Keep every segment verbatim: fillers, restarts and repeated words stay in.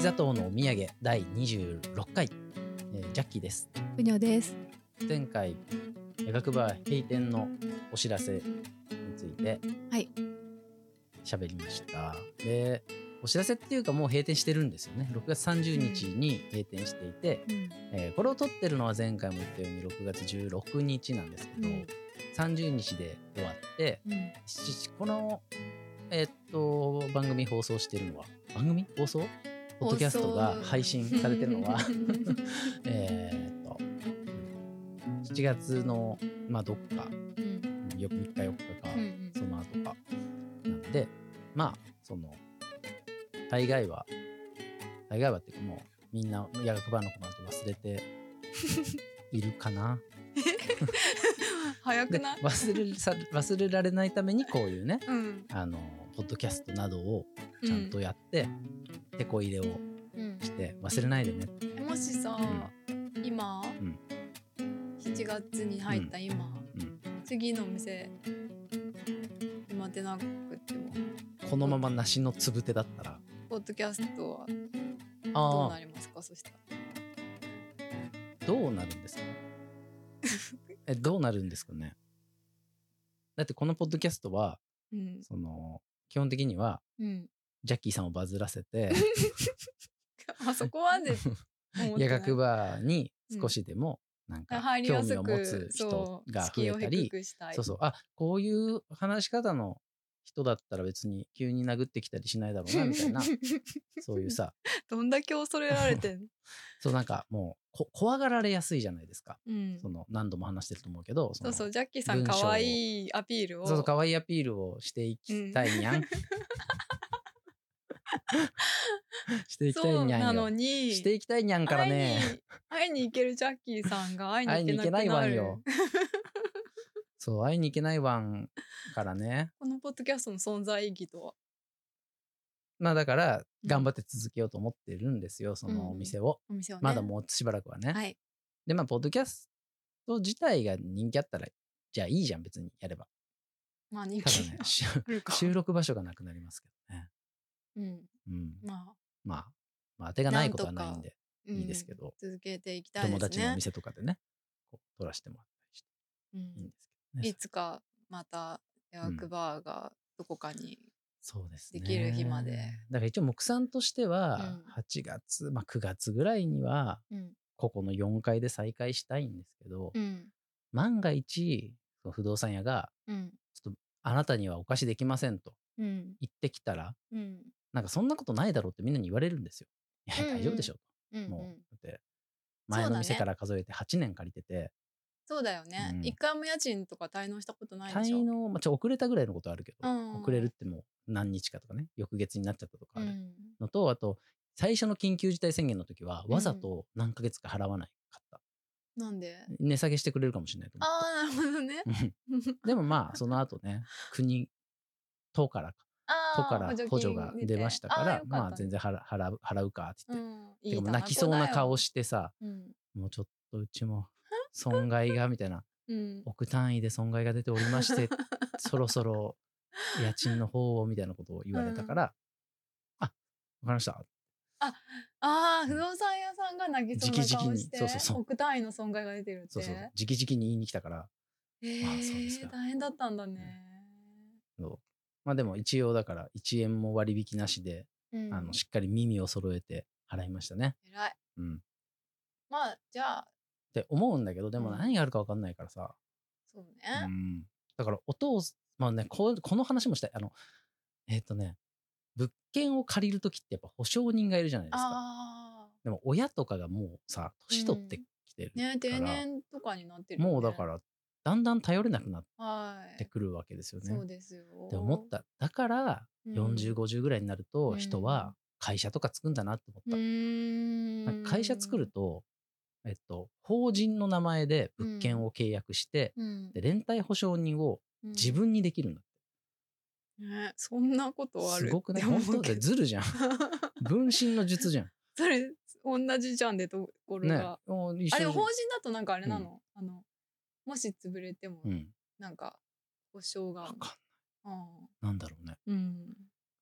座頭のお土産だいにじゅうろっかい、えー、ジャッキーです。 ふにょです。 前回医学部閉店のお知らせについて喋りました、はい、でお知らせっていうかもう閉店してるんですよね。ろくがつさんじゅうにちに閉店していて、うんえー、これを撮ってるのは前回も言ったようにろくがつじゅうろくにちなんですけど、うん、さんじゅうにちで終わって、うん、このえー、っと番組放送してるのは番組放送ポッドキャストが配信されてるのはえっとしちがつのまあどっか、うん、みっかよっかか、うん、その後かなんでまあその大概は大概はっていうかもうみんな医学部の子なんて忘れているかな早くない？ で忘れさ忘れられないためにこういうね、 うん、 あのポッドキャストなどをちゃんとやって、うん、手こ入れをして忘れないでね、 うん、もしさ、うん、今、うん、しちがつに入った今、うん、次のお店今出なくてもこのまま梨のつぶてだったらポッドキャストはどうなりますか？そしたらどうなるんですかえどうなるんですかね。だってこのポッドキャストは、うん、その基本的には、うん、ジャッキーさんをバズらせてあそこまで医学部に少しでもなんか興味を持つ人が増えたり、そうそうあこういう話し方の人だったら別に急に殴ってきたりしないだろうなみたいなそういうさどんだけ恐れられてんのそうなんかもうこ怖がられやすいじゃないですか、うん、その何度も話してると思うけどそのそうそうジャッキーさん可愛いアピールをそうそう可愛いアピールをしていきたいにゃん、うん、していきたいにゃんよ。 そうなのにしていきたいにゃんからね会いに行けるジャッキーさんが会いに行けなくなる。会いに行けないわんよそう会いに行けないわんからねこのポッドキャストの存在意義とはまあだから頑張って続けようと思ってるんですよ、うん、そのお店を、 うんお店をね、 まだもうしばらくはね、 はい、 でまあポッドキャスト自体が人気あったらじゃあいいじゃん別にやればまあ人気ただね収録場所がなくなりますけどねうん、うん、まあまあまあ当てがないことはないんでいいですけど、 うん、続けていきたいですね。 友達のお店とかでねこう撮らせてもらったりして、うん、いいんですけどね。 いつかまた医学バーがどこかにそうですねできる日まで、 だから一応目算としてははちがつ、まあ、くがつぐらいにはここのよんかいで再開したいんですけど、うん、万が一その不動産屋が、うん、ちょっとあなたにはお貸しできませんと言ってきたら、うん、なんかそんなことないだろうってみんなに言われるんですよ。いや大丈夫でしょと、うんうん、もうだって前の店から数えてはちねん借りててそうだよね、うん、一回も家賃とか滞納したことないでしょ。 滞納、まあ、ちょ遅れたぐらいのことあるけど、うん、遅れるってもう何日かとかね翌月になっちゃったとかあるのと、うん、あと最初の緊急事態宣言の時はわざと何ヶ月か払わないかった、 うん、なんで値下げしてくれるかもしれないと思って。 ああなるほどねでもまあその後ね国都からか都から補助が出ましたから、まあ全然払う、払う、払うかって言って、うん、てかもう泣きそうな顔してさ、うん、もうちょっとうちも損害がみたいな、うん、億単位で損害が出ておりましてそろそろ家賃の方をみたいなことを言われたから、うん、あ、わかりました。 あ、あ不動産屋さんが泣きそうな顔して、そうそうそう億単位の損害が出てるって、 そうそう直々に言いに来たから、 えー、あそうですか。大変だったんだね。 そうまあでも一応だからいちえんも割引なしで、うん、あのしっかり耳を揃えて払いましたね。 偉い。 うん。 まあじゃあ。 って思うんだけどでも何があるか分かんないからさ。 うん、そうね。 うん。だからお父まあねここの話もしたいあのえっとね物件を借りるときってやっぱ保証人がいるじゃないですか。あでも親とかがもうさ年取ってきてるから、うん、ね定年とかになってるよね。 もうだからだんだん頼れなくなってくるわけですよね。 そうですよ。 って思った。だからよんじゅう、ごじゅうぐらいになると人は会社とか作るんだなって思った。うん会社作ると、えっと、法人の名前で物件を契約して、うん、で連帯保証人を自分にできるんだって。 うんね、そんなことあるすごくない？本当だずるじゃん。分身の術じゃん。 それ同じじゃんでところが。ね、あれ法人だとなんかあれなの？うん、あのもし潰れてもなんか保証があるの？ 分かんない。なんだろうね。うん、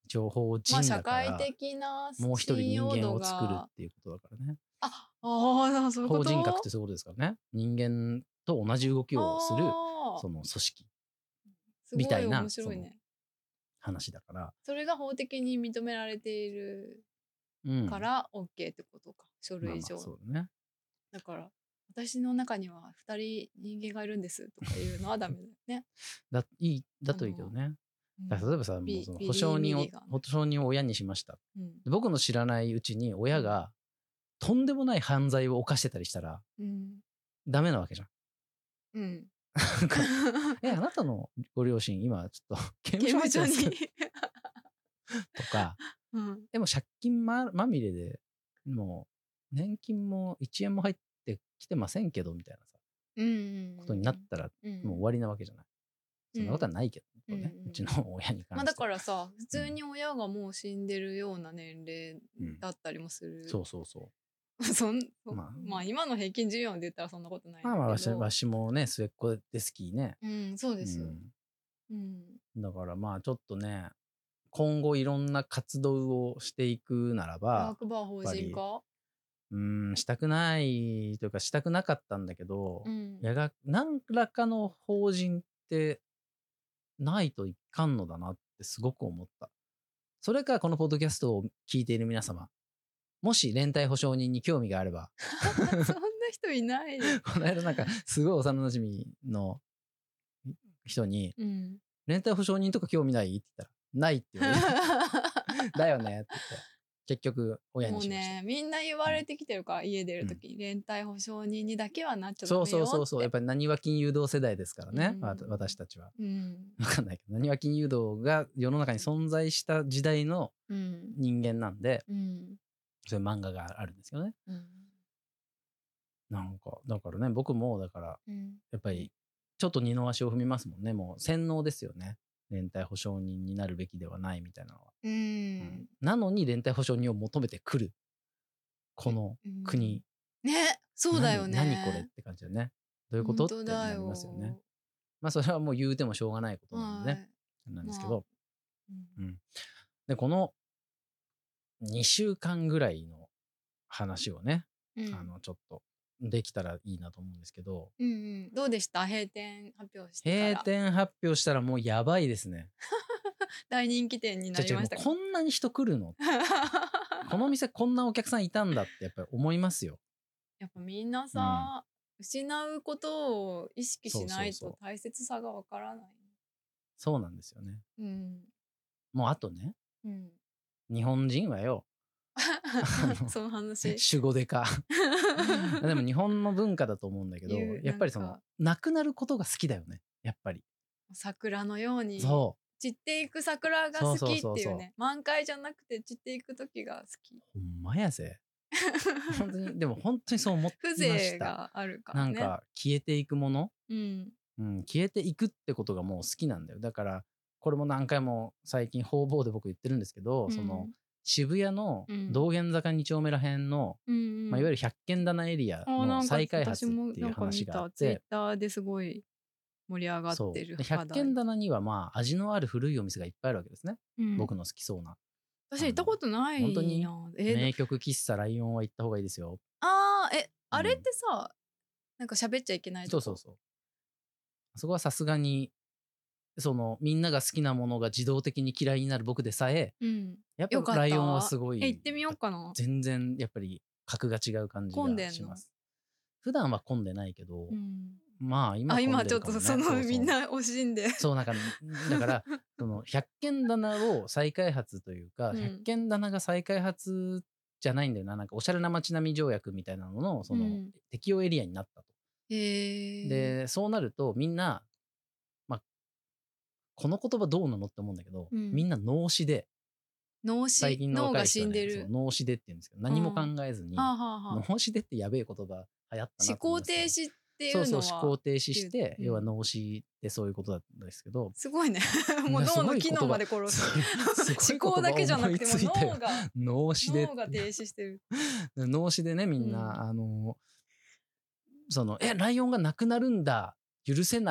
情報人まあだから、 社会的なもう一人人信用間度がを作るっていうことだからね。 あああそういうこ法と人格ってそういうことですからね。人間と同じ動きをするあーその組織すごいみたいな面白いね。 話だから、 それが法的に認められているうん、 から OK ってことか、書まあま類上。 あそうだね。 だから私の中にはふたり人間がいるんですとかいうのはダメだよね。 だいいだといいけどね。 うんだから例えばさ、もうビそのビリー保証人をミリがね保証人を親にしました。 うん僕の知らないうちに親がとんでもない犯罪を犯してたりしたらうんダメなわけじゃん。 うんなんかえ、あなたのご両親今ちょっと刑刑務所務所入ってますにとか、 うんでも借金ままみれでもう年金もいちえんも入ってきてませんけどみたいなさうんことになったらうんもう終わりなわけじゃない。そんなことはないけどね、 うんうちの親に関しては。 まあだからさ普通に親がもう死んでるような年齢だったりもする、 そうそうそう。 そんまあまあ今の平均寿命で言ったらそんなことないんだけどまあまあわしわしもね末っ子でスキーね。 うんそうです、 うんうんだからまあちょっとね今後いろんな活動をしていくならば学場法人化うんしたくないというかしたくなかったんだけど、 うんやが何らかの法人ってないといかんのだなってすごく思った。それかこのポッドキャストを聞いている皆様もし連帯保証人に興味があればそんな人いないよ、 この間なんかすごい幼馴染の人にうん、 連帯保証人とか興味ないって言ったらないって言われてだよねって言って結局親もうにしました。 ねみんな言われてきてるから、家出るとき、連帯保証人にだけはなっちゃダそうメよって。 そうそうそうやっぱりなにわ金融道世代ですからね、 うんわ私たちはうん分かんないけどなにわ金融道が世の中に存在した時代のうん人間なんで、 うんそういう漫画があるんですよね。 うんなんかだからね僕もだからうんやっぱりちょっと二の足を踏みますもんね。もう洗脳ですよね。連帯保証人になるべきではないみたいなのは、 うんうんなのに連帯保証人を求めてくるこの国、 うんねそうだよね何何これって感じだよね。どういうことって本当だよなりますよね。まあそれはもう言うてもしょうがないことなんでね、 はいなんですけど、 まあうん、でこのにしゅうかんぐらいの話をね、 うんあのちょっとできたらいいなと思うんですけど、 うんうん、どうでした閉店発表してから閉店発表したらもうやばいですね。 大人気店になりましたか。 こんなに人来るのこの店こんなお客さんいたんだってやっぱり思いますよ。 やっぱみんなさ、うん、失うことを意識しないと大切さがわからない。 そうなんですよね、 うん、 もうあとね、 うん、 日本人はよその話主語でかでも日本の文化だと思うんだけどやっぱりそのなくなることが好きだよね。やっぱり桜のようにそう散っていく桜が好きっていうね、満開じゃなくて散っていく時が好き。 ほんまやぜ本当にでも本当にそう思ってました。 風情があるからね。 なんか消えていくもの、 うんうん、消えていくってことがもう好きなんだよ。だからこれも何回も最近方々で僕言ってるんですけど、うん、その渋谷の道玄坂に丁目らへんの、うんまあ、いわゆる百軒棚エリアの再開発っていう話があって、 ツイッターですごい盛り上がってる。 百軒棚にはまあ味のある古いお店がいっぱいあるわけですね、うん、僕の好きそうな。 私行ったことないな。 本当に名曲喫茶ライオンは行った方がいいですよ。 ああえあれってさ、うん、なんか喋っちゃいけないとこ。 そうそうそう。そこはさすがにそのみんなが好きなものが自動的に嫌いになる僕でさえ、うん、やっぱライオンはすごい。 え行ってみようかな。 全然やっぱり格が違う感じがします。普段は混んでないけど、うん、まあ今混んでるかも、ね、 あ今ちょっとそのそうそうみんな惜しんでそうなんかだからその百軒棚を再開発というか、うん、百軒棚が再開発じゃないんだよな。なんかおしゃれな街並み条約みたいなののその、うん、適用エリアになったと。 へでそうなるとみんな、まあ、この言葉どうなのって思うんだけど、うん、みんな脳死で脳死、ね、脳が死んでる脳死でって言うんですけど何も考えずに、はあはあはあ、脳死でってやべえ言葉流行ったなと思思考停止っていうのはそうそう思考停止して、うん、要は脳死ってそういうことなんですけど、 すごいねもう脳の機能まで殺す思考だけじゃなくても脳が脳死で脳が停止してる脳死でねみんな、うん、あのそのえライオンがなくなるんだ許せない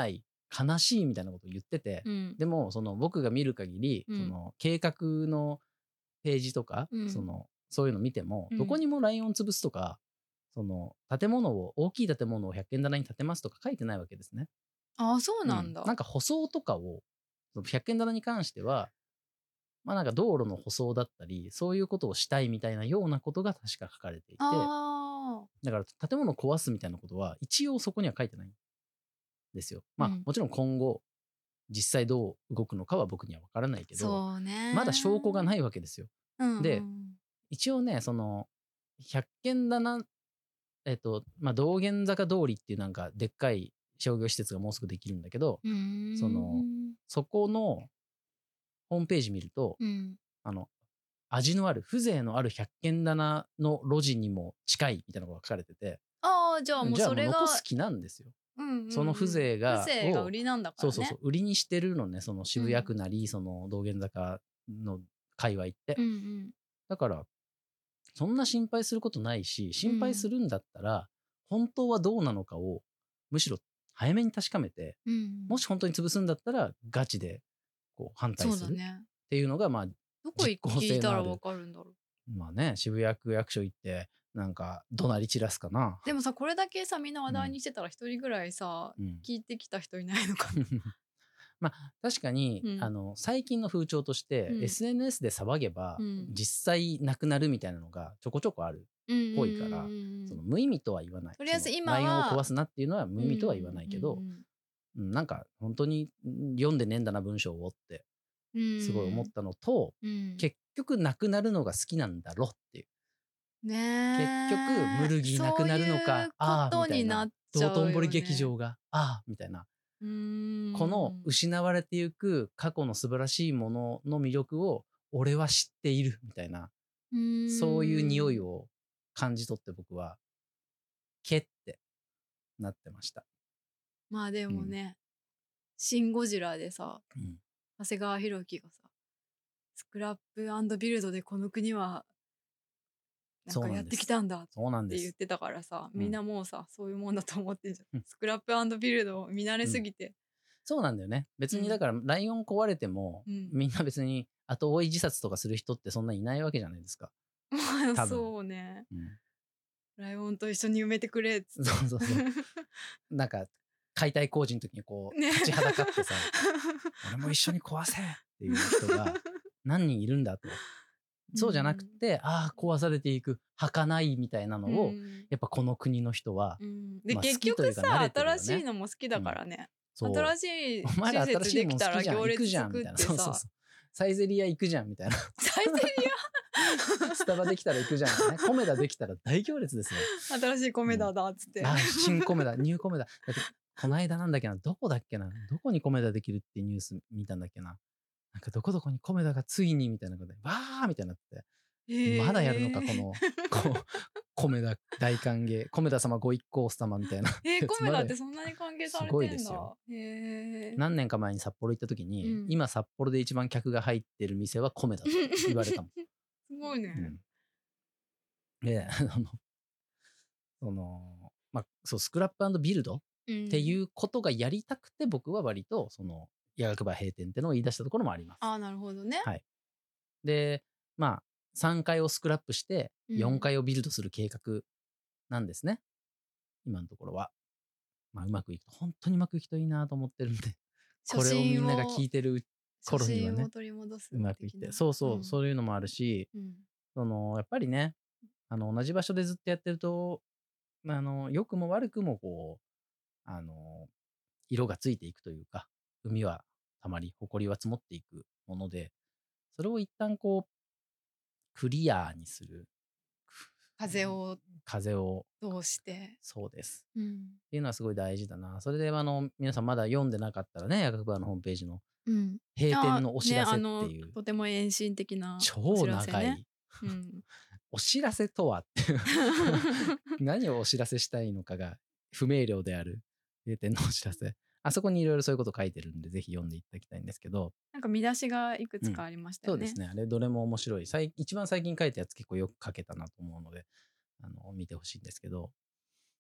悲しいみたいなことを言ってて、うん、でもその僕が見る限り、うん、その計画のページとか、うん、そのそういうの見ても、うん、どこにもライオン潰すとか、その建物を大きい建物を百軒棚に建てますとか書いてないわけですね。 ああ、そうなんだ、 うん、なんか舗装とかをその百軒棚に関しては、まあ、なんか道路の舗装だったりそういうことをしたいみたいなようなことが確か書かれていて、 あだから建物を壊すみたいなことは一応そこには書いてないんですよ。まあ、うん、もちろん今後実際どう動くのかは僕には分からないけど、 そうね、 まだ証拠がないわけですよ。うんうん、で一応ねその百軒棚えっとまあ道玄坂通りっていうなんかでっかい商業施設がもうすぐできるんだけど、そのそこのホームページ見ると、うん、あの味のある風情のある百軒棚の路地にも近いみたいなのが書かれてて、 ああじゃあもうそれが残す気なんですよ。 うんうんうん、 その風情が風情が売りなんだからね。 そうそうそう売りにしてるのね、その渋谷区なり、うん、その道玄坂の界隈って、うんうん、だからそんな心配することないし、心配するんだったら、うん、本当はどうなのかをむしろ早めに確かめて、うん、もし本当に潰すんだったらガチでこう反対するっていうのが、まあどこ行聞いたら分かるんだろう。まあね、渋谷区役所行ってなんか怒鳴り散らすかな。 でもさ、これだけさみんな話題にしてたら一人ぐらいさ、うん、聞いてきた人いないのかな。 まあ確かに、うん、あの最近の風潮として、うん、エスエヌエス で騒げば、うん、実際なくなるみたいなのがちょこちょこあるっぽいから、その無意味とは言わない。 とりあえず今はライオンを壊すなっていうのは無意味とは言わないけど、うん、なんか本当に読んでねえんだな文章をってすごい思ったのと、うん、結局なくなるのが好きなんだろっていう。 ね、 結局ムルギーなくなるのか、 ああみたいな道頓堀劇場がああみたいな、うーんこの失われていく過去の素晴らしいものの魅力を俺は知っているみたいな、うーんそういう匂いを感じ取って僕はけってなってました。 まあでもね、うん、シン・ゴジラでさ、うん、長谷川博己がさスクラップ&ビルドでこの国はなんかやってきたんだって言ってたからさ、みんなもうさ、そういうもんだと思ってんじゃん、うん、スクラップ&ビルドを見慣れすぎて、うん、 そうなんだよね。別にだからライオン壊れても、うん、みんな別に後追い自殺とかする人ってそんないないわけじゃないですか。 まあそうね、うん、ライオンと一緒に埋めてくれっつってそうそうそうなんか解体工事の時にこう立ちはだかってさ、ね、俺も一緒に壊せっていう人が何人いるんだと。そうじゃなくて、ああ壊されていく儚いみたいなのを、うん、やっぱこの国の人は、 うんでまあ、結局さ、ね、新しいのも好きだからね、うん、新しいお前ら新しいもん好きじゃん行くじゃんみたいな、そうそうそうサイゼリヤ行くじゃんみたいなサイゼリヤスタバできたら行くじゃん、ね、コメダできたら大行列ですよ。 新しいコメダだっつって、うん、 あ新コメダニューコメダだってこの間なんだっけな、どこだっけな、どこにコメダできるってニュース見たんだっけな、なんかどこどこにコメダがついにみたいなことでバーみたいになって、えー、まだやるのかこのこコメダ大歓迎コメダ様ご一行様みたいなえー、コメダってそんなに歓迎されてんだ。 すごいですよ、えー、何年か前に札幌行った時に、うん、今札幌で一番客が入ってる店はコメダと言われたもんすごいね、 うん、であのそのまあそうスクラップ&ビルドっていうことがやりたくて、僕は割とその薬学部閉店ってのを言い出したところもあります。 ああなるほどね。 はい。でまあさんかいをスクラップしてよんかいをビルドする計画なんですね、うん、今のところは。まあうまくいくと本当にうまくいくといいなと思ってるんで、これをみんなが聞いてる頃にはねうまくいって、そうそう、うん、そういうのもあるし、うん、そのやっぱりねあの同じ場所でずっとやってるとあの良くも悪くもこうあの色がついていくというか、海はたまり埃は積もっていくもので、それを一旦こうクリアにする、 風を風を通して、 そうです、うん、っていうのはすごい大事だな。それであの皆さんまだ読んでなかったらね、薬学部のホームページの閉店のお知らせっていう、 ね、とても遠心的な超長い、うん、お知らせとはっていう何をお知らせしたいのかが不明瞭である閉店のお知らせ、あそこにいろいろそういうこと書いてるんでぜひ読んでいただきたいんですけど、 なんか見出しがいくつかありましたよね、 うん、そうですね、あれどれも面白い、最一番最近書いたやつ結構よく書けたなと思うので、あの見てほしいんですけど、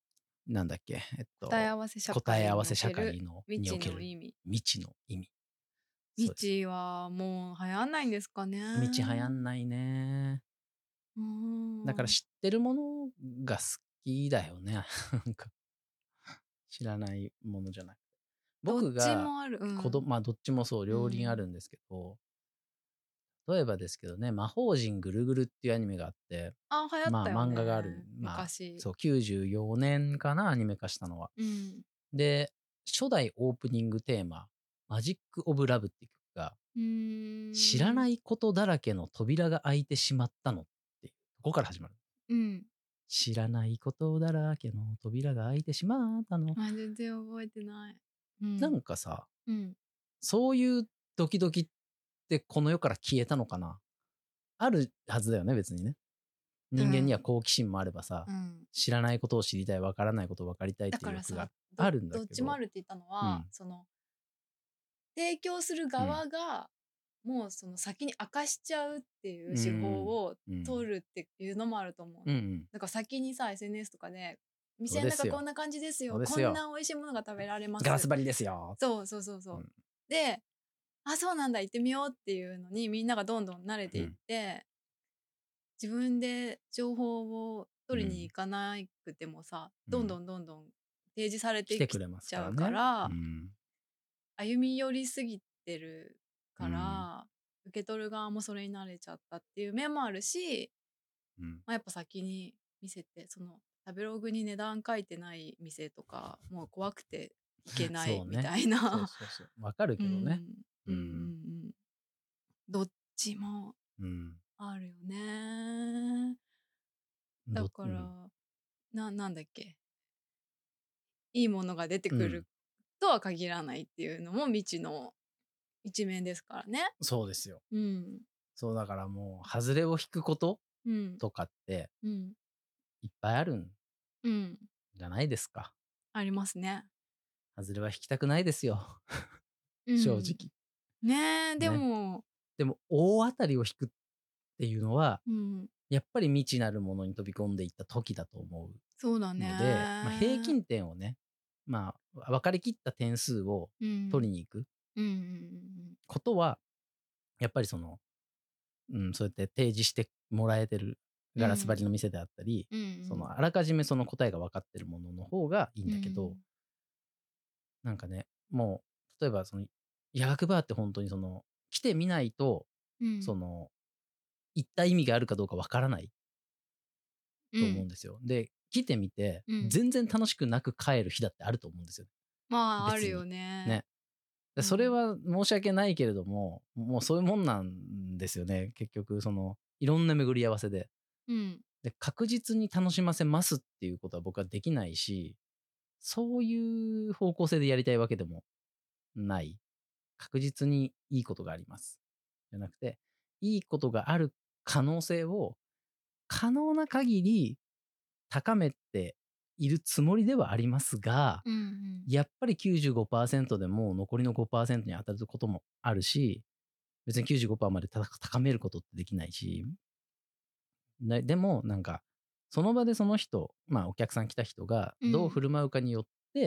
なんだっけ、えっと、 答え合わせ社会答え合わせ社会の未知におけるの意味。 未知の意味。 未知はもう流行んないんですかね。 未知流行んないね。 うーん。 だから知ってるものが好きだよね。なんか知らないものじゃなくて。僕どっちがもある。うん子供、まあどっちもそう、両輪あるんですけど、例えばですけどね、魔法陣ぐるぐるっていうアニメがあって、 あ、流行まあったよね。 漫画がある。まあ昔。 そう、きゅうじゅうよねんかな、アニメ化したのは。 うん。 で、初代オープニングテーマ、マジック・オブ・ラブっていう曲が、 うーん。 知らないことだらけの扉が開いてしまったのっていう、ここから始まる。 うん。 知らないことだらけの扉が開いてしまったの。 あ、全然覚えてない。うなんんかさ、 うん。 そういうドキドキってこの世から消えたのかな。あるはずだよね、別にね。人間には好奇心もあればさ、 うん。 知らないことを知りたい、わからないことを分かりたいっだていう欲がからさ、 あるんだどっけど。 ちもあるって言ったのうは、 ん。 その、提供する側が、もうその先に明かしちゃうっていう手法をうん取るっていうのもあると思う。 うんうん。 だから先にさ、エスエヌエスとかで、店のそうですよ中こんな感じですよ。 そうですよこんな美味しいものが食べられます。 ガラス張りですよ。 そうそうそうそう。 うんで、あ、そうなんだ、行ってみようっていうのにみんながどんどん慣れていって、自分で情報を取りに行かなくてもさ、 うんどんどんどんどん提示されてき来てくれますちゃうからね。 から、 うん歩み寄りすぎてるかうんら、受け取る側もそれに慣れちゃったっていう面もあるし、 うんまあ、やっぱ先に見せて、その食べログに値段書いてない店とかもう怖くて行けないみたいな。 そうそうそう。わかるけどね。 うんうんうんうんどっちもうん。 あるよね。だどうんから、ななんだっけ、いいものが出てくうんるとは限らないっていうのも未知の一面ですからね。 そうですよ。 うんそうだからもう、外れを引くことうんとかってうんいっぱいあるんうんじゃないですか。 ありますね。 外れは引きたくないですよ。正うん直。 ねえでね。 も、 でも、大当たりを引くっていうのは、 うんやっぱり未知なるものに飛び込んでいった時だと思そうだうので、まあ、平ね。 均点をね、まあ、分かりきった点数をうん取りに行くうんうんことは、やっぱりその、うん、そうやって提示してもらえてるうんガラス張りの店であったり、 うんうんそのあらかじめその答えが分かってるものの方がいいんだけど、 うんなんかね、もう、例えばその、医学バーって本当にその、来てみないと、 うんその、行った意味があるかどうか分からないと思ううんんですよ。で、来てみて、 うん全然楽しくなく帰る日だってあると思うんですよ。 まああるよ別に。 ね。 ね。でそれは申し訳ないけれども、もうそういうもんなんですよね。結局、その、いろんな巡り合わせで。 うんで、確実に楽しませますっていうことは僕はできないし、そういう方向性でやりたいわけでもない。確実にいいことがあります。じゃなくて、いいことがある可能性を可能な限り高めているつもりではありますが、 うんうんやっぱりきゅうじゅうごパーセントでも残りの ごパーセント に当たることもあるし、別に きゅうじゅうごパーセント まで高めることってできないし、ね、でもなんか、その場でその人、まあお客さん来た人がどう振る舞うかによって、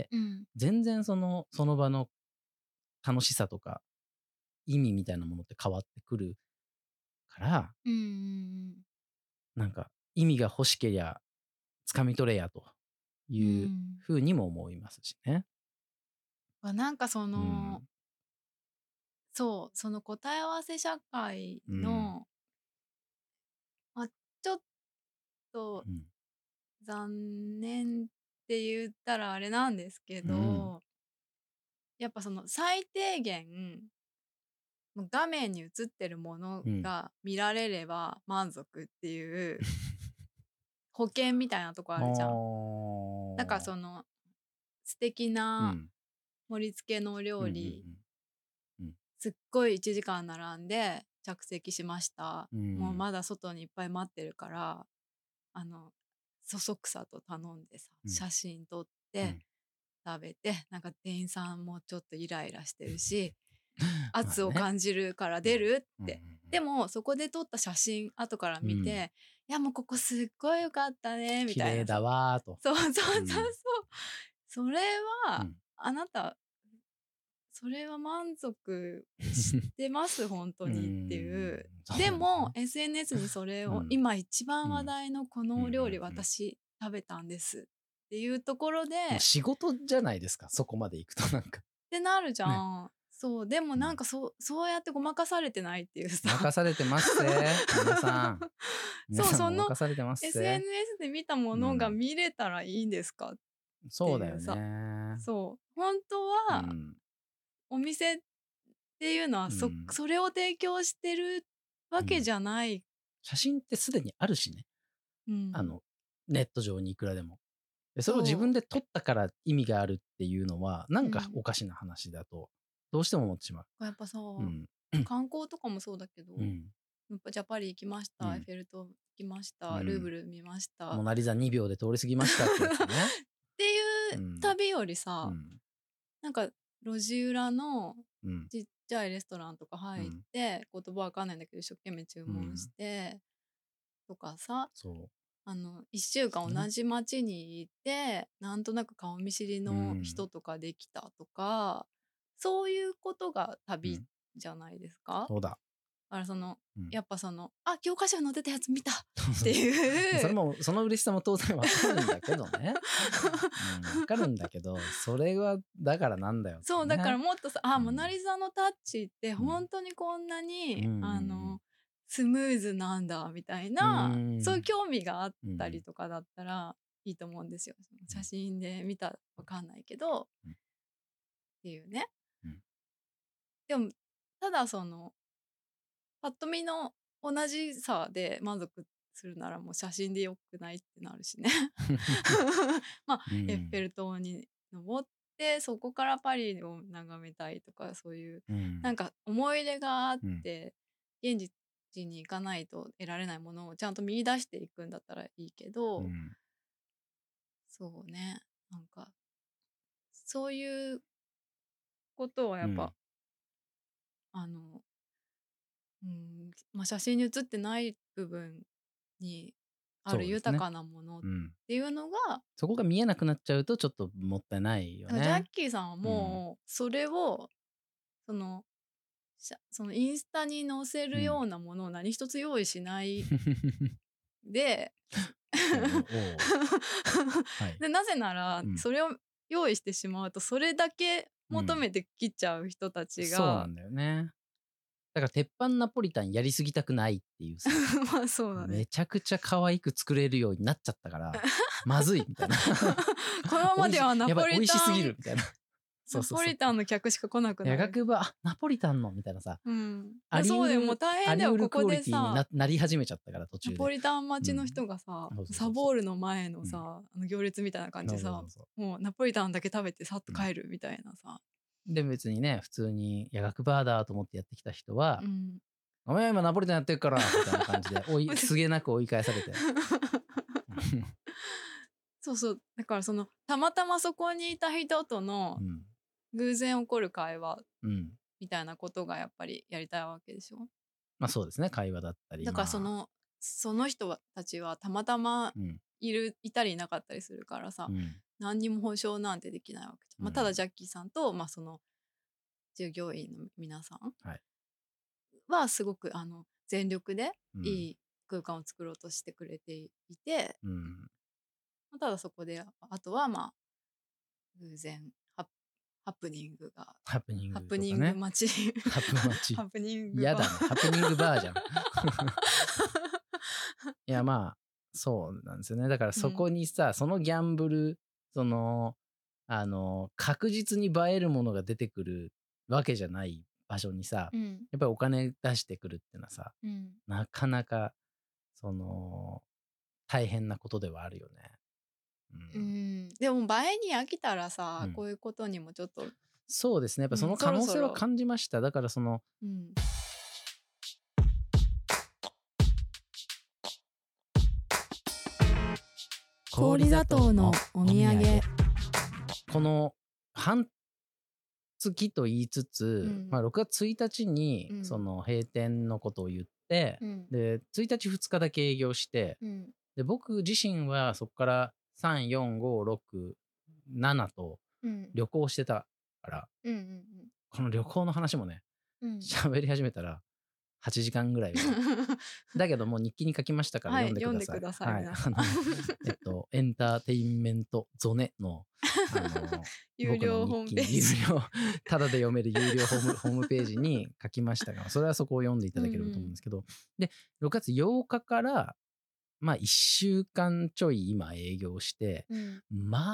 うん全然その、その場の楽しさとか意味みたいなものって変わってくるから、 うんうんなんか意味が欲しけりゃ掴み取れやとういうんふうにも思いますしね。 あなんかそうん。 の、そうその答え合わせ社会うん。 の、まあ、ちょっとうん。 残念って言ったらあれなんですけうん。 ど、やっぱその最低限もう画面に映ってるものうん。 が見られれば満足っていう保険みたいなとこああるじゃん。なんかそあ。 の素敵なうん。 盛り付けのうんうん料理、 うん。 すっごいいちじかん並んで着席しました。 うん。 もうまだ外にいっぱい待ってるから、あの、そそくさと頼んでさ、 うん。 写真撮っうてん。 食べて、なんか店員さんもちょっとイライラしてるし、 まあね。 圧を感じるからうん。 出るうん。 って。でも、そこで撮った写真後からうん。 見て、いやもうここすっごい良かったね、み綺麗だたいなさ。 わーと。 そうそうそううん。 そう。 それは、 うんあなたそれは満足してます本当うにっていんう。 そうでもだね。 エスエヌエス にそれを、 うん今一番話うん題のこうんうんのお料理うん私食べたんですっていうところでもうっ仕事じゃないですか、そこまで行くとなんか。 てなるじゃね。 ん。そうでもうんなんかそうそうやってごまかされてないっていうさ。 任されてますせ、皆さん。皆そう、 さんそのも任されてますせ。 エスエヌエス で見たものがうん。 見れたらいいんですかってそうだよいうさ。 ね。 そう。本当はうん。 お店っていうのはそうん。 それを提供してるわけうん。 じゃない。 写真ってすでにあるしね。 うん。 あの、ネット上にいくらでも。で、それを自分そで撮ったから意味があるっていうのは、なう。うんかん。 おかしな話だと、どうしても思ってしまやっぱさ、 う。うん。 観光とかもそうだけど、 うん。 やっぱじゃあパリ行きました、エッうん。 フェル塔行きましうた、ルーブん。 ル見ましたっモナリザにびょうで通り過ぎましたってやつね。 ていううん。 旅よりさ、 うん。 なんか路地裏のうん。 ちっちゃいレストランとか入っうん。 て、言葉わかんないんだけど一生懸命注文しうん。 てとかさ、 そあのいっしゅうかんう。ね。 同じ町にいてなんとなく顔見知りうの人ん。 とかできたとか、そういうことが旅うん。 じゃないですか。 そうだ。 だからそのうん。 やっぱそのあ教科書に載ってたやつ見たっそうそう。 ていうそれも、その嬉しさも当然わかるんだけどね。うん、わかるんだけど、それはだからなんだよってそうだからね。 もっとさあ、 うんモナ・リザのタッチってうん本当にこんなうんに、あうんのスムーズなんだみたいうん。 な、そういううん。 興味があっうんたりとかだったらいいと思うんですよ。その写うん真で見たらわかんないけどっうんていうね。 うんでもただそのパッと見の同じさで満足するならもう写真でよくないってなるしね。まあエッフェル塔に登ってそこからパリを眺めたいとかそういううんなんか思い出があっうんて現実に行かないと得られないものをちゃんと見出していくんだったらいいけど、 うんそうね、なんかそういうことはやっぱうんあのうん、まあ、写真に写ってない部分にあるそうですね。 豊かなものっうんていうのが、 そこが見えなくなっちゃうとちょっともったいないよだからジャッね。 キーさんはうんもうそれをそのしゃそのインスタに載せるようん。 うなものを何一つ用意しないでおおおはい。 でなぜならうんそれを用意してしまうとそれだけ求うんめてきちゃう人たちが、 そうなんだよね。だから鉄板ナポリタンやりすぎたくないっていうさ、 まあそうだね。 めちゃくちゃ可愛く作れるようになっちゃったから、まずいみたいな。 このままではナやばい、美ポリ味しすタンぎるみたいな。そうナそうそう。 ポリタンの客しか来なくな夜る。 学部あ、ナポリタンのみたいなさ、 うん。 ありそうだよ、もう得る、 大変だよ。 あり得るここクオリティにでさ、 ななり始めちゃったから途中で。 ナポリタン待ちの人がさ、 そうそうそうそうサボールの前のさ、 うんあの行列みたいな感じでさそうそう、そうもうナポリタンだけ食べてさっと帰るみたいなさ。 で、別にね、普通に夜学バーだと思ってやってきた人はう、ん。 お前今ナポリタンやってるからみたいな感じで、追い、すげなく追い返されて。 そうそう。だからその、たまたまそこにいた人とのうん。 偶然起こる会話うん。 みたいなことがやっぱりやりたいわけでしょ。 まあそうですね、会話だったり。 だからそまあ、 の、その人たちはたまたまうん。 いる、いたりいなかったりするからさ、 うん。 何にも保証なんてできないわけじゃん。まあ、たうんだジャッキーさんと、まあ、その従業員の皆さんはい。 はすごくあの全力でうん。 いい空間を作ろうとしてくれていて、 うん。 まあただそこであとはまあ偶然ハプハプニングがハプニングとかハプニングね。 待ちハプ待ち。 ハプニング嫌だね。 バーハプニングバーじゃん。いや、まあ、そうなんですよね。だからそこにさ、そのギャンブル、その、あの、確実に映えるものが出てくるわけじゃない場所にさ、 うんやっぱりお金出してくるっていうのはさ、 うんなかなか、その、大変なことではあるよね。う。 うんんでも映えに飽きたらさ、 うんこういうことにもちょっと、 そうですね。やっぱそのうん可能性はそろそろ感じました。だからその、 うん、氷砂糖のお土産。 この半月と言いつつ、 うんまあ、ろくがつついたちにうんその閉店のことを言って、 うんでついたちふつかだけ営業して、 うんで僕自身はそこからさん、よん、ご、ろく、 ナナと旅行してたから、 うんうんうん、 この旅行の話もね、喋、うん、り始めたらはちじかんぐらいはだけどもう日記に書きましたから読んでください。はい、読んでください、皆さん。えっとエンターテインメントゾネのあの有料ホームページ、 有料ただで読める有料ホームホームページに書きましたが、それはそこを読んでいただければと思うんですけど、うんうん、でろくがつようかからまあいっしゅうかんちょい今営業して、うん、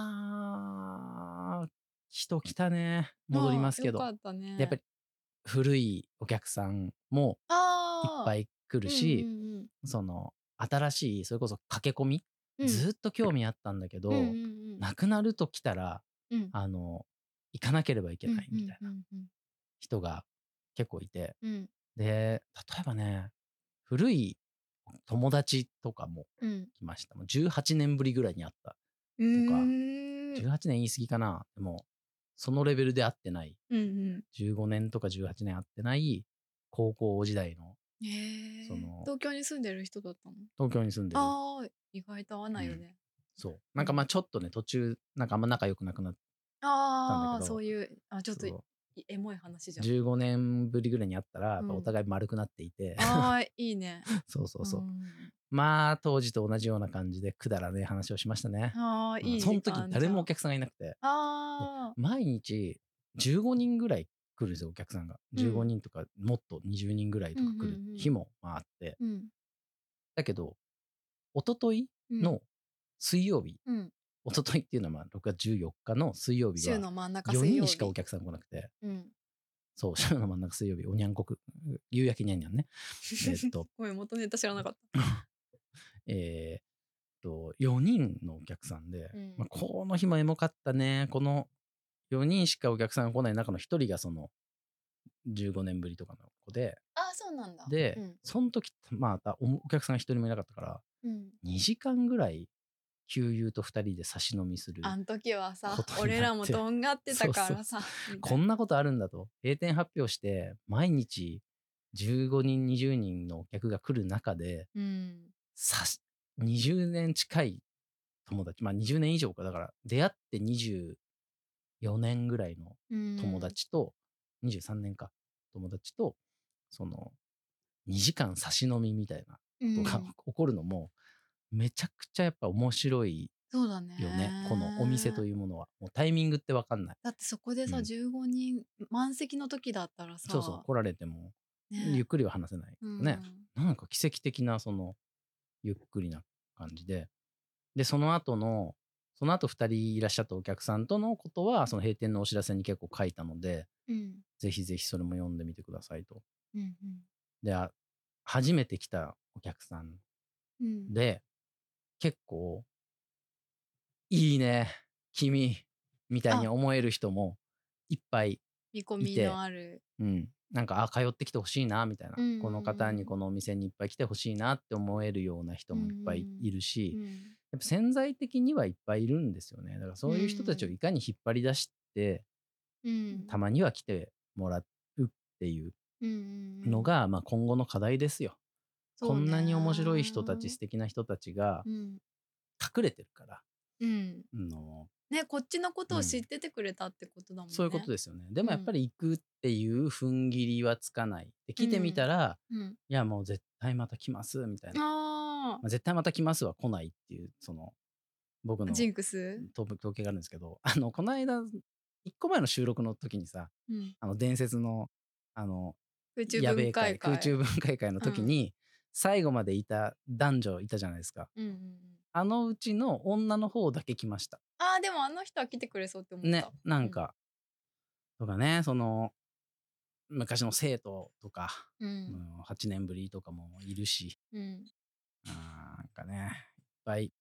まあ人来たね。戻りますけど、 よかったね、 やっぱり古いお客さんもいっぱい来るし、うんうんうん、その新しいそれこそ駆け込み、うん、ずっと興味あったんだけど、うんうんうん、なくなると来たら、うん、あの行かなければいけないみたいな人が結構いて、うん、で例えばね、古い友達とかも来ました、うん、もうじゅうはちねんぶりぐらいに会ったとか、じゅうはちねん言い過ぎかな、でもそのレベルで会ってない、うんうん、じゅうごねんとかじゅうはちねん会ってない高校時代の、 その東京に住んでる人だったの？ 東京に住んでる。 ああ、意外と合わないよね、うん、 そうなんかまあちょっとね途中なんかあんま仲良くなくなったんだけど、あそういうあちょっとエモい話じゃん。 じゅうごねんぶりぐらいに会ったら、やっぱお互い丸くなっていて、 うん、ああいいねそうそうそう、うん、まあ当時と同じような感じでくだらねえ話をしましたね。ああいい時間、その時誰もお客さんがいなくて、あ毎日じゅうごにんぐらい来るんですよお客さんが、じゅうごにんとかもっとにじゅうにんぐらいとか来る日もまああって、うんうんうん、だけど一昨日の水曜日、うん、一昨日っていうのはまあろくがつじゅうよっかの水曜日はよにんしかお客さん来なくて、うん、そう週の真ん中水曜日おにゃんこく夕焼けにゃんにゃんねえっとごめん元ネタ知らなかったえっとよにんのお客さんで、うんまあ、この日もエモかったね。このよにんしかお客さんが来ない中のひとりがそのじゅうごねんぶりとかの子で、 あそうなんだ。 で、うん、その時またお客さんがひとりもいなかったから、うん、にじかんぐらい旧友とふたりで差し飲みする。 あん時はさ俺らもとんがってたからさこんなことあるんだと。閉店発表して毎日じゅうごにんにじゅうにんのお客が来る中で、うん、さにじゅうねん近い友達、まあにじゅうねん以上か、だから出会ってにじゅうよねんぐらいの友達と、うん、にじゅうさんねんか友達とそのにじかん差し飲みみたいなことが起こるのもめちゃくちゃやっぱ面白いよね。そうだね、このお店というものはもうタイミングって分かんない。 だってそこでさ、うん、じゅうごにん満席の時だったらさ、 そうそう来られても、ね、ゆっくりは話せないね、うん、なんか奇跡的なそのゆっくりな感じで、でその後のその後ふたりいらっしゃったお客さんとのことはその閉店のお知らせに結構書いたので、うん、ぜひぜひそれも読んでみてくださいと。うんうん、で初めて来たお客さんで、うん、結構いいね君みたいに思える人もいっぱいいて、 見込みのある、 うん、なんかあ通ってきてほしいなみたいな、うんうんうん、この方にこのお店にいっぱい来てほしいなって思えるような人もいっぱいいるし、うんうん、やっぱ潜在的にはいっぱいいるんですよね。だからそういう人たちをいかに引っ張り出して、うん、たまには来てもらうっていうのが、うんうん、まあ、今後の課題ですよ。こんなに面白い人たち素敵な人たちが隠れてるから、うん、のね、こっちのことを知っててくれたってことだもんね、うん、 そういうことですよね。でもやっぱり行くっていう踏ん切りはつかない。で来てみたら、うんうん、いやもう絶対また来ますみたいな、あ、まあ、絶対また来ますは来ないっていうその僕のジンクス統計があるんですけど、あのこの間いっこまえの収録の時にさ、うん、あの伝説のあの空中分解会空中分解会の時に、うん、最後までいた男女いたじゃないですか、うんうんうん、あのうちの女の方だけ来ました。 あーでもあの人は来てくれそうって思ったね、なんか、うん、とかね、その昔の生徒とか、うん、はちねんぶりとかもいるし、うん、なんかねいっぱい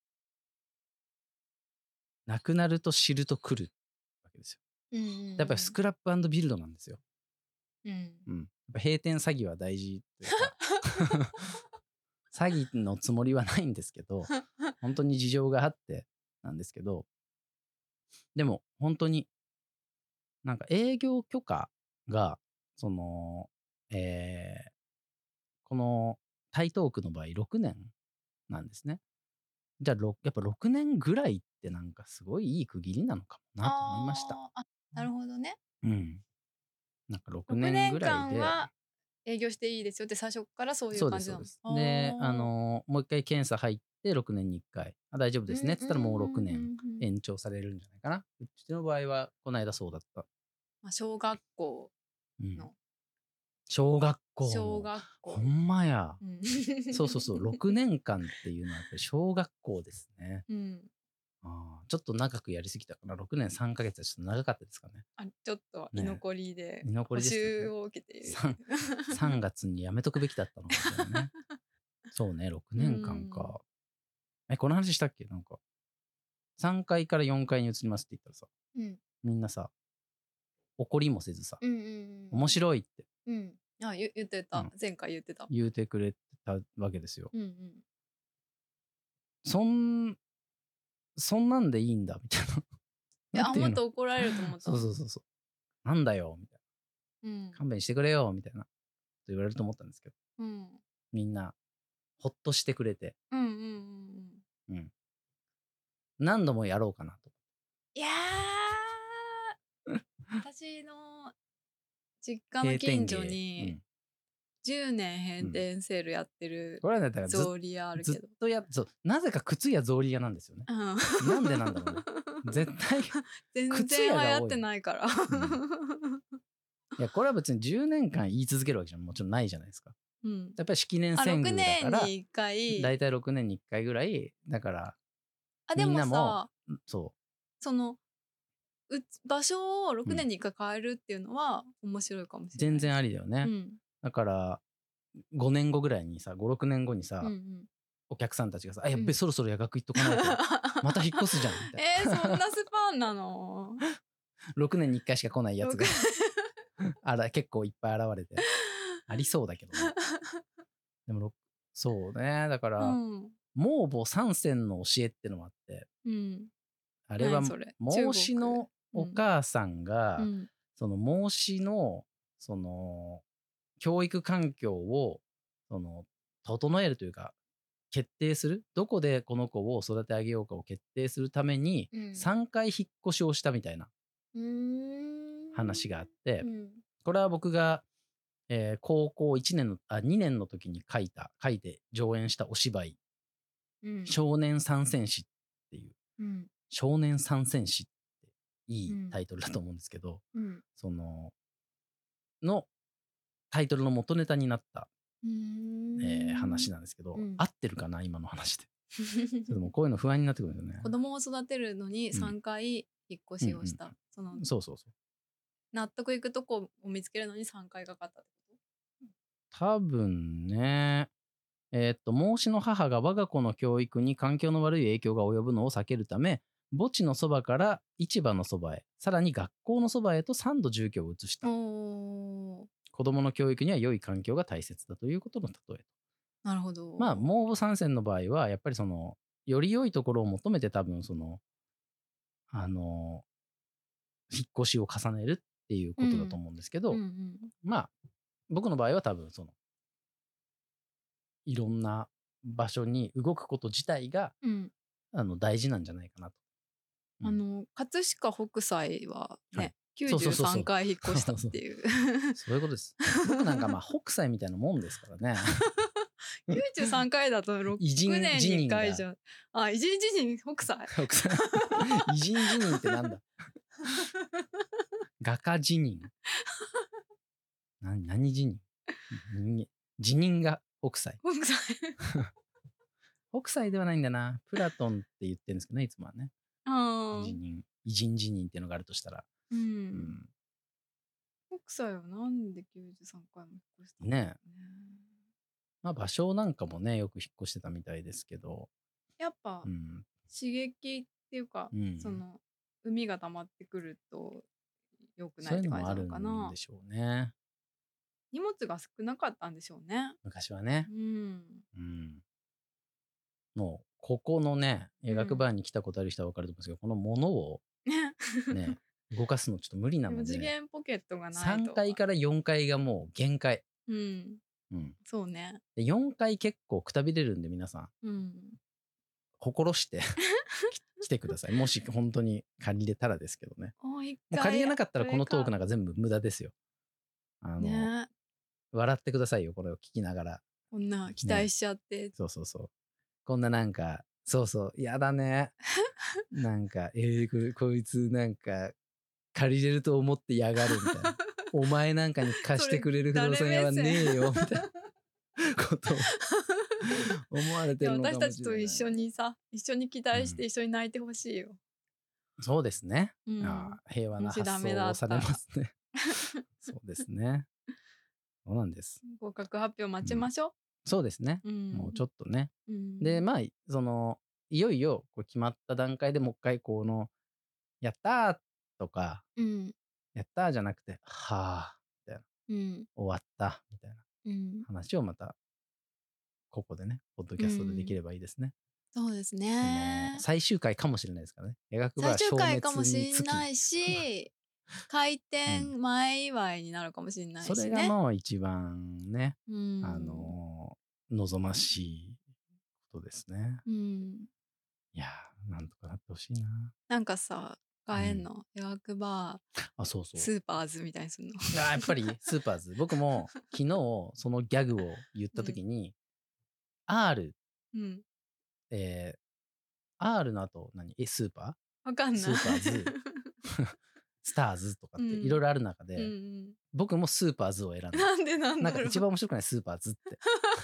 なくなると知ると来るわけですよ、うんうんうん、やっぱりスクラップ&ビルドなんですよ、うんうん、やっぱ閉店詐欺は大事というか詐欺のつもりはないんですけど本当に事情があってなんですけど、でも本当になんか営業許可がその、えー、この台東区の場合ろくねんなんですね。 じゃあやっぱろくねんぐらいってなんかすごいいい区切りなのかもなと思いました。 ああ、なるほどね。 うん。なんかろく 6 年年ぐらいで。 間は営業していいですよって最初からそういう感じなの。 そうですそうです。で、あのもう一回検査入ってろくねんにいっかい、あ大丈夫ですねって言ったらもうろくねん延長されるんじゃないかな。うちの場合はこの間そうだった。 まあ、小学校の、 うん、小学校小学校ほんまや、 うん、 そうそうそうろくねんかんっていうのはやっぱり小学校ですね。うん、あちょっと長くやりすぎたかな。ろくねんさんかげつはちょっと長かったですかね。 あちょっと居残りで補居残りです習を受けている、 ね、さんがつにやめとくべきだったのかもしれないね。そうね、ろくねんかんか。え、この話したっけ？なんかさんかいからよんかいに移りますって言ったらさ、うん、みんなさ怒りもせずさ、うんうんうん、面白いって、 うん、あ言言ってた、うん、前回言ってた言うてくれたわけですよ。うんうん、そんそんなんでいいんだみたいな。 いや、もっと怒られると思った。 そうそうそうそう。なんだよみたいな、うん、勘弁してくれよみたいなと言われると思ったんですけど、うん、みんなほっとしてくれて、うんうんうんうん、何度もやろうかなと。いやー私の実家の近所にじゅうねん閉店セールやってる草履屋あるけど、 ずっとやそうなぜか靴屋草履屋なんですよね、うん、なんでなんだろうね。絶対全然流行ってないから、うん、 いやこれは別にじゅうねんかん言い続けるわけじゃもちろんないじゃないですか、うん、やっぱり式年遷宮だからろくねんにいっかいだいたいろくねんにいっかいぐらいだから、 あでもさそうそのう場所をろくねんにいっかい変えるっていうのは面白いかもしれない、 全然ありだよね、うん、だからごねんごぐらいにさごろくねんごにさ、うんうん、お客さんたちがさあやっべ、うん、そろそろ夜学行っとかないとまた引っ越すじゃんみたいなえー、そんなスパンなのろくねんにいっかいしか来ないやつがあら結構いっぱい現れてありそうだけどねでもそうねだから、うん、盲母三線の教えってのもあって、うん、あれは孟子のお母さんが、うん、その孟子のその教育環境をその整えるというか決定するどこでこの子を育て上げようかを決定するためにさんかい引っ越しをしたみたいな話があって、うん、これは僕が、えー、高校いちねんのあにねんの時に書いた書いて上演したお芝居、うん、少年三戦士っていう、うん、少年三戦士っていいタイトルだと思うんですけど、うん、そののタイトルの元ネタになった、えー、話なんですけど、うん、合ってるかな今の話でちょっともうこういうの不安になってくるんですよね。 子供を育てるのにさんかい引っ越しをした、うんうんそのそうそうそう納得いくとこを見つけるのにさんかいかかったってこと多分ねえー、っと孟子の母が我が子の教育に環境の悪い影響が及ぶのを避けるため墓地のそばから市場のそばへさらに学校のそばへとさんど住居を移した。子どもの教育には良い環境が大切だということの例え。 なるほど。 まあ孟母三遷の場合はやっぱりそのより良いところを求めて多分そのあの引っ越しを重ねるっていうことだと思うんですけど、うんうんうん、まあ僕の場合は多分そのいろんな場所に動くこと自体が、うん、あの大事なんじゃないかなと。 うん、あの葛飾北斎はね、はい、きゅうじゅうさんかい引っ越したっていうそういうことです。僕なんかまあ北斎みたいなもんですからねきゅうじゅうさんかいだとろくねんにいっかいじゃん。あ、偉人辞任北斎北斎偉人辞任ってなんだ画家辞任何何辞任辞任が北斎北斎北斎ではないんだな。プラトンって言ってるんですけどねいつもはね。辞任偉人辞任っていうのがあるとしたら、うんうん、 北斎はなんできゅうじゅうさんかいも引っ越したんだろうね。ねまあ場所なんかもねよく引っ越してたみたいですけどやっぱ、うん、刺激っていうか、うん、その海が溜まってくると良くないって感じなのかな。そういうのもあるんでしょうね。荷物が少なかったんでしょうね昔はね、うんうん、もうここのね映学バーに来たことある人は分かると思うんですけど、うん、この物をね動かすのちょっと無理なので次元ポケットがないとさんかいからよんかいがもう限界、 うんうん、そうねでよんかい結構くたびれるんで皆さん、うん、 心して来てください。もし本当に借りれたらですけどね。もう借りれなかったらこのトークなんか全部無駄ですよ。あの、ね、笑ってくださいよ、これを聞きながら。 こんな期待しちゃって、ね、 そうそうそう。こんななんか、そうそう、やだね。なんか、えー、こいつなんか借りれると思ってやがるみたいな。お前なんかに貸してくれる不動産屋はねえよみたいなことを思われてるのかもしれない。 私たちと一緒にさ、一緒に期待して一緒に泣いてほしいよ。 うん、そうですね。 うん、 あ、平和な発想をされますね。そうですね。そうなんです。 合格発表待ちましょう。うん、 そうですね。うん、もうちょっとね。うん、で、まあ、その、いよいよこう決まった段階でもう一回この、やったーとか、うん、やったーじゃなくて、はーみたいな、うん、終わったみたいな話をまた、ここでね、ポッドキャストでできればいいですね。 うん、そうですね。 最終回かもしれないですからね。医学部は消滅につき最終回かもしれないし、開店前祝いになるかもしれないしね。 それがもう一番ね、うん、あの望ましいことですね。うん、いやー、なんとかなってほしいな。なんかさ、買えんの、医学バー、 あ、そうそう。 スーパーズみたいにするの。 あ、やっぱりスーパーズ。僕も昨日そのギャグを言ったときに、うん、R、うん、えー、R の後何え、スーパーわかんない。 スーパーズ。スターズとかっていろいろある中で、うんうん、僕もスーパーズを選んだ。 なんでなんだろう。 なんか一番面白くないスーパーズって。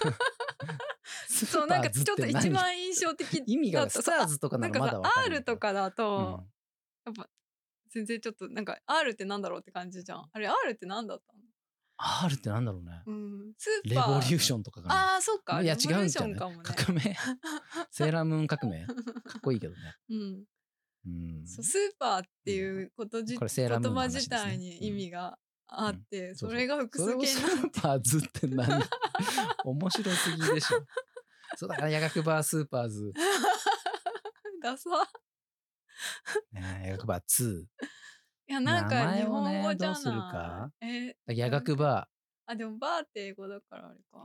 そう、なんかちょっと一番印象的だった。 意味がスターズとかならまだわかる。 R とかだと、うん、やっぱ全然ちょっとなんか R ってなんだろうって感じじゃん。あれ R ってなんだったの？ R ってなんだろうね。 うん、スーパーレボリューションとかかな。 ああ、そっか。 いや違うんじゃない？革命セーラームーン革命かっこいいけどね。うん。うん、 そうスーパーっていうことじ、うん、言葉自体に意味があって、うん、それが複数形になって。 スーパーズって何？面白すぎでしょ。そうだから薬学バースーパーズ。 ダサ。 ね、薬学バーツー。 いやなんか日本語じゃない。 どうするか。 えー、薬学バー。あでもバーって英語だからあれか。 うん。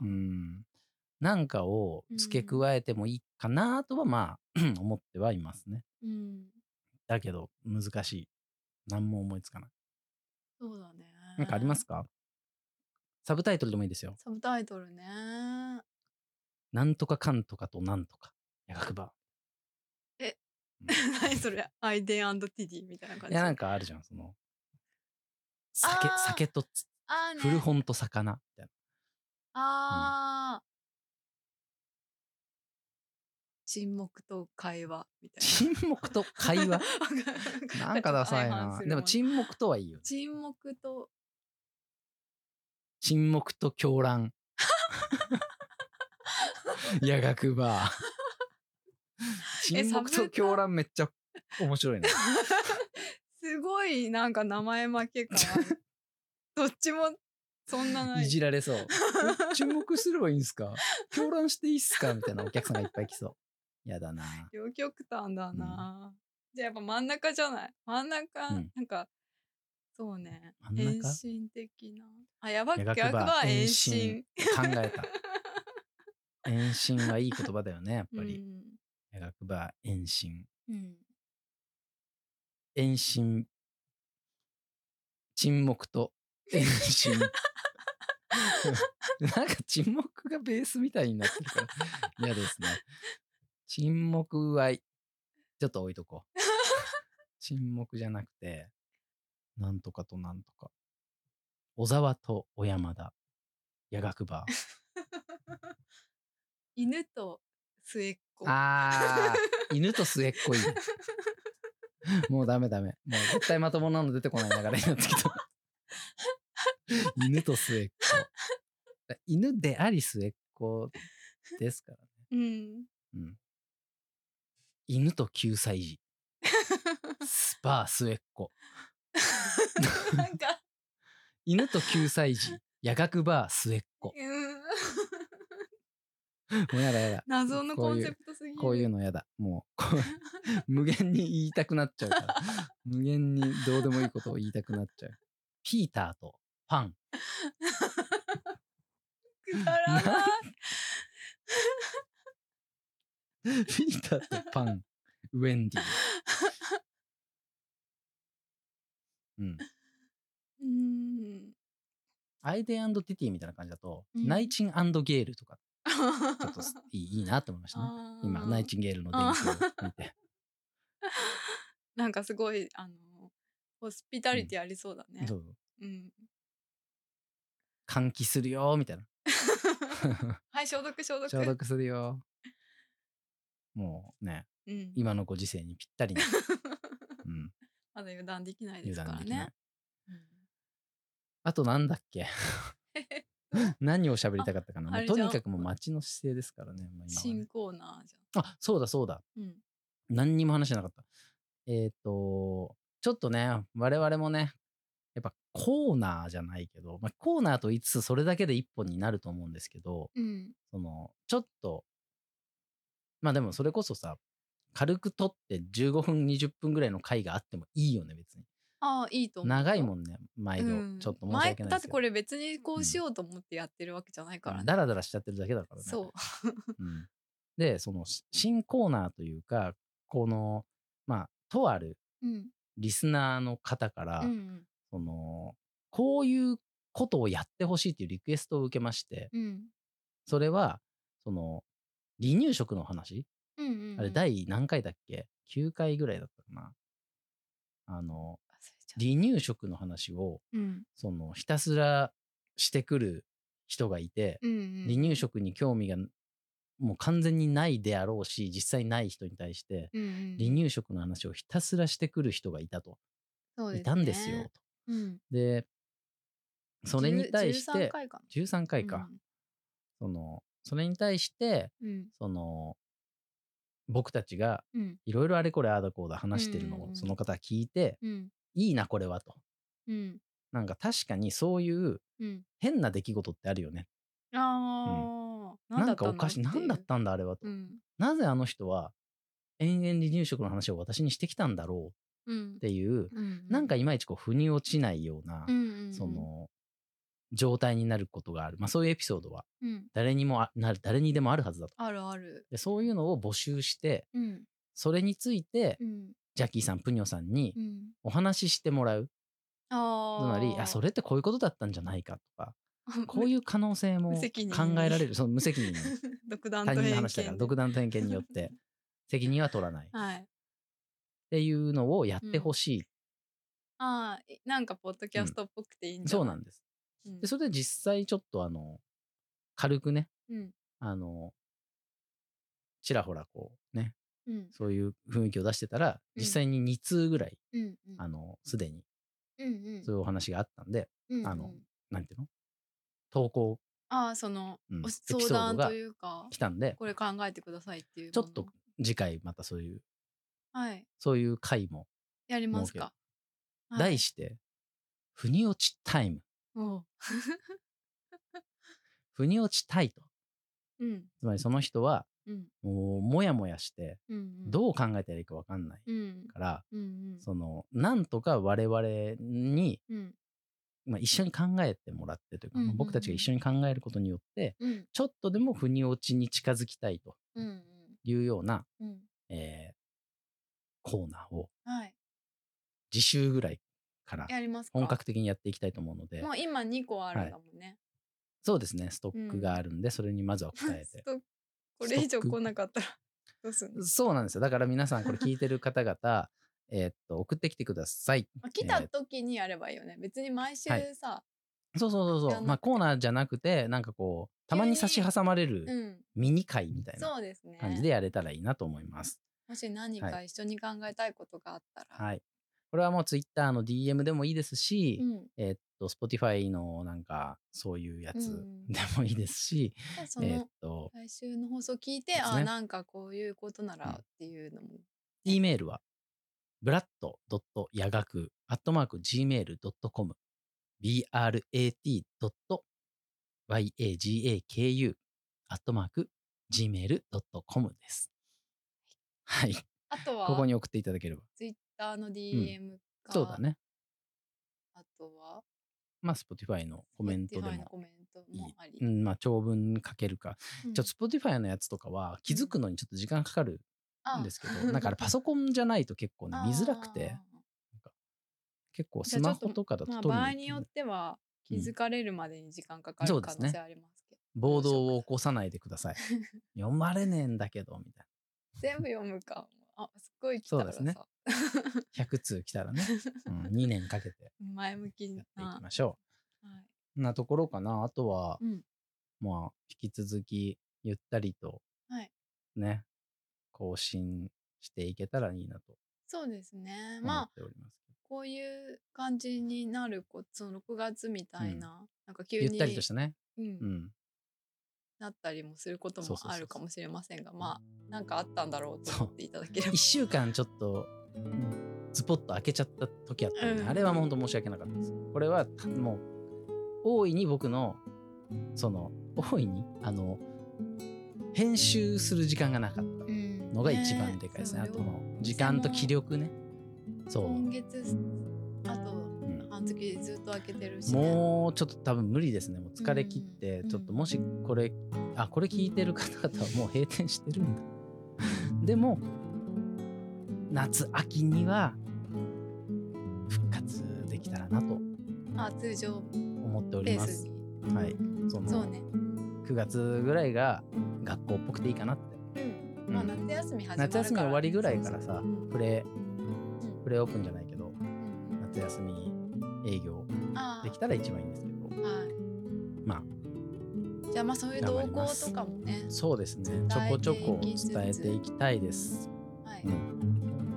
なんかを付け加えてもいいかなとはまあ思ってはいますね。うん。だけど難しい。何も思いつかない。 そうだね。 なんかありますか？サブタイトルでもいいですよ。 サブタイトルね。 なんとかかんとかとなんとか。薬学バー。え、何それ？アイデン&ティディみたいな感じ。 いやなんかあるじゃん。その酒、酒と古本と魚みたいな。 ああ、うん、沈黙と会話みたいな。 沈黙と会話なんかダサいな。でも沈黙とはいいよ、ね。 沈黙と。 沈黙と狂乱。薬学バー。沈黙と狂乱めっちゃ面白いね。 すごいなんか名前負け感。どっちもそんなない。 いじられそう。沈黙すればいいんすか？狂乱していいっすか？みたいなお客さんがいっぱい来そう。やだな。 両極端だな。うん、じゃあやっぱ真ん中じゃない？真ん中、うん、なんかそうね。遠心的な。あ、やばっけ、薬は遠心。 考えた。遠心はいい言葉だよね、やっぱり。薬学バー遠心。うん、遠心。沈黙と遠心。なんか沈黙がベースみたいになってるから嫌ですね。沈黙はちょっと置いとこう。沈黙じゃなくて、なんとかとなんとか。小沢と小山田。薬学バー。 犬と末っ子。 あー、犬と末っ子いい。もうダメダメ。もう絶対まともなの出てこない流れになってきた。犬と末っ子。犬であり末っ子ですからね。うん。うん、犬ときゅうさい児。スパー末っ子。なんか犬ときゅうさい児。薬学バー末っ子。もうやだやだ。 謎のコンセプトすぎる。 こういうのやだ。もう無限に言いたくなっちゃうから。無限にどうでもいいことを言いたくなっちゃう。ピーターとパン。 くだらない。 ピーターとパン、ウェンディ。うん。 うーん。 アイデン&ティティみたいな感じだと、 うん、 ナイチン&ゲールとか、ちょっといいいいなって思いましたね。今、ナイチンゲールの伝記を見て。 なんかすごい、あの、ホスピタリティありそうだね。 そう。 うん。 換気するよみたいな。 はい、消毒消毒。 消毒するよ。もうね、 うん、 今のご時世にぴったりな。うん、 まだ油断できないですから油断できない。 ね。うん、 あとなんだっけ何を喋りたかったかな。もうとにかくもう街の姿勢ですからね。まあ、今はね新コーナーじあ、そうだそうだ。 ゃん。うん。 何にも話してなかった。えっ、と、ちょっとね、我々もね、やっぱコーナーじゃないけど、まあ、コーナーと言いつつそれだけで一本になると思うんですけど、 うん。 その、ちょっと、まあでもそれこそさ、軽く撮ってじゅうごふん、にじゅっぷんぐらいの回があってもいいよね、別に。 ああ、いいと思うよ。 長いもんね、毎度。 うん、 ちょっと申し前訳ないですけど。 だってこれ別にこうしようと思ってやってるわけじゃないからね。 ダラダラしちゃってるだけだからね。 そう。 うん、で、その新コーナーというか、この、まあ、とあるリスナーの方から、 うんうん、 その、こういうことをやってほしいというリクエストを受けまして、 うん、そそれは、その、離乳食の話、 うんうんうん、 あれ第何回だっけ ?きゅう 回ぐらいだったかな。あの、離乳食の話を、 うん、 その、ひたすらしてくる人がいて、 うんうんうん、 離乳食に興味がもう完全にないであろうし、実際ない人に対して、 うんうんうん、 離乳食の話をひたすらしてくる人がいたと。 そうですね、 いたんですよ。とうん、 で、それに対して、 じゅうさんかいかな。 じゅうさんかいか。うん、その、それに対して、うん、その、僕たちがいろいろあれこれああだこうだ話してるのをその方は聞いて、うん、いいなこれはと、うん、なんか確かにそういう変な出来事ってあるよね、うん、ああ、なんかおかしい、何だったんだあれはと、うん、なぜあの人は延々離乳食の話を私にしてきたんだろうっていう、うん、なんかいまいちこう腑に落ちないような、うん、その状態になることがある、まあ、そういうエピソードは誰にもあなる誰にでもあるはずだと。 あるある。 でそういうのを募集して、うん、それについて、うん、ジャッキーさんプニョさんにお話ししてもらう、うん、つまりあそれってこういうことだったんじゃないかとかこういう可能性も考えられる、その無責任に独断他人の話だから独断と偏見によって責任は取らない、はい、っていうのをやってほしい、うん、 ああ、なんかポッドキャストっぽくていいんじゃない、 うん、そうなんです、うん、でそれで実際ちょっとあの軽くね、うん、あのちらほらこうね、うん、そういう雰囲気を出してたら、うん、実際にに通ぐらい、うんうん、あのすでに、うんうん、そういうお話があったんで、うんうん、あのなんていうの投稿、 ああその、うん、相談というか来たんで、 これ考えてくださいっていうちょっと次回またそういう、 はい、 そういう回もやりますか。 はい、題して腑に落ちタイム。お腑に落ちたいと、うん、つまりその人は、うん、もうもやもやして、うんうん、どう考えたらいいか分かんないから、うんうん、そのなんとか我々に、うんまあ、一緒に考えてもらってというか、うんうんうん、僕たちが一緒に考えることによって、うん、ちょっとでも腑に落ちに近づきたいというような、うんうんえー、コーナーを、はい、次週ぐらいから本格的にやっていきたいと思うので、 もう今にこあるんだもんね、はい、 そうですね、ストックがあるんで、うん、それにまずは答えてこれ以上来なかったらどうすんの。 そうなんですよ。だから皆さんこれ聞いてる方々えっと送ってきてください。 来た時にやればいいよね、えー、別に毎週さ、はい、 そうそうそうそう、まあコーナーじゃなくてなんかこうたまに差し挟まれるミニ回みたいな感じでやれたらいいなと思います。 もし何か一緒に考えたいことがあったら、 はい、これはもうツイッターの ディーエム でもいいですし、うん、えー、っと Spotify のなんかそういうやつでもいいですし、 うん、えー、っと来週の放送聞いて、ね、あなんかこういうことならっていうのも、うん、 E メールはブラッドドットヤガクアットマーク ジーメールドットコム ブラッドドットヤガクアットマーク ジーメールドットコム です。はい。 あとはここに送っていただければ。 ツイッターの ディーエム か、 うん、そうだね。 あとはまあ Spotify のコメントでもこともあり、 うん、まあ長文書けるか、 うん、 ちょっと Spotify のやつとかは気づくのにちょっと時間かかるんですけど、うん、なんかあれパソコンじゃないと結構ね見づらくて、なんか結構スマホとかだと撮りに、 まあ、場合によっては気づかれるまでに時間かかる可能性ありますけど、 うん、暴動を起こさないでください読まれねえんだけどみたいな、 全部読むか、あ、すっごい来たらさ、そうですねひゃくつう来たらね、うん、にねんかけて前向きにやっていきましょう、はい、なところかな。あとは、うん、まあ引き続きゆったりとね、はい、更新していけたらいいなと。 そうですね。まあこういう感じになるこそのろくがつみたいな、うん、なんか急にゆったりとしたね、 うん、うん、なったりもすることもあるかもしれませんが、まあなんかあったんだろうと思っていただければ。いっしゅうかんちょっとズポッと開けちゃった時あったので、ね、うん、あれは本当申し訳なかったです。これはもう大いに僕のその大いにあの編集する時間がなかったのが一番でかいですね。うん、ね、あともう時間と気力ね。そう。 今月あと半月ずっと開けてるし、 ね、もうちょっと多分無理ですね。もう疲れ切って、うん、ちょっともしこれあこれ聞いてる方々はもう閉店してるんだ。でも夏秋には復活できたらなとあ通常思っております。はい。そのそうね。 くがつぐらいが学校っぽくていいかなって。 うん。まあ夏休み始まるから、ね、 夏休み終わりぐらいからさ、プレプレオープンじゃないけど、夏休み営業できたら一番いいんですけど。はい。まあ。 じゃあまあそういう動向とかもね。 そうですね。ちょこちょこ伝えていきたいです。はい。うん、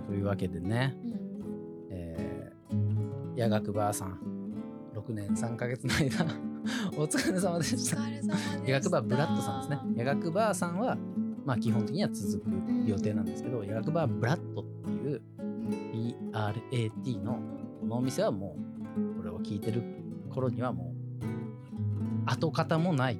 というわけでね、うん、えー、夜学ばあさんろくねんさんかげつの間お疲れ様でした。夜学バーブラッドさんですね。夜学バーさんはまあ基本的には続く予定なんですけど、夜学バーブラッドっていう ビーアールエーティー のこのお店はもうこれを聞いてる頃にはもう跡形もない。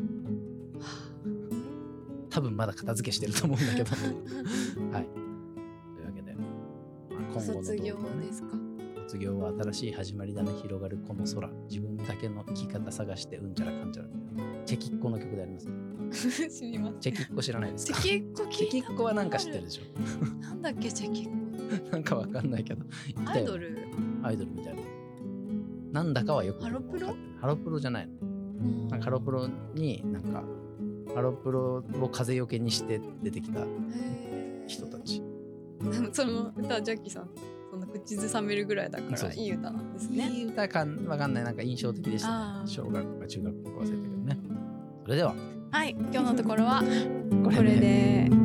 多分まだ片付けしてると思うんだけどはい。というわけで、まあ、今後の動画、ね、 卒業ですか。 卒業は新しい始まりだね、広がるこの空、自分だけの生き方探してうんちゃらかんちゃら、チェキッコの曲であります。 知ります。 チェキッコ知らないですか？ チェキッコチェキッコはなんか知ってるでしょ。 なんだっけチェキッコなんかわかんないけどアイドルアイドルみたいな、なんだかはよくハロプロハロプロじゃないの。なんかハロプロになんかハロプロを風よけにして出てきた人たち。 その歌はジャッキーさんその口ずさめるぐらいだからいい歌なんですね。 いい歌かわかんない、なんか印象的でしたね。小学校か中学校か忘れたけどね。それでははい、今日のところはこれで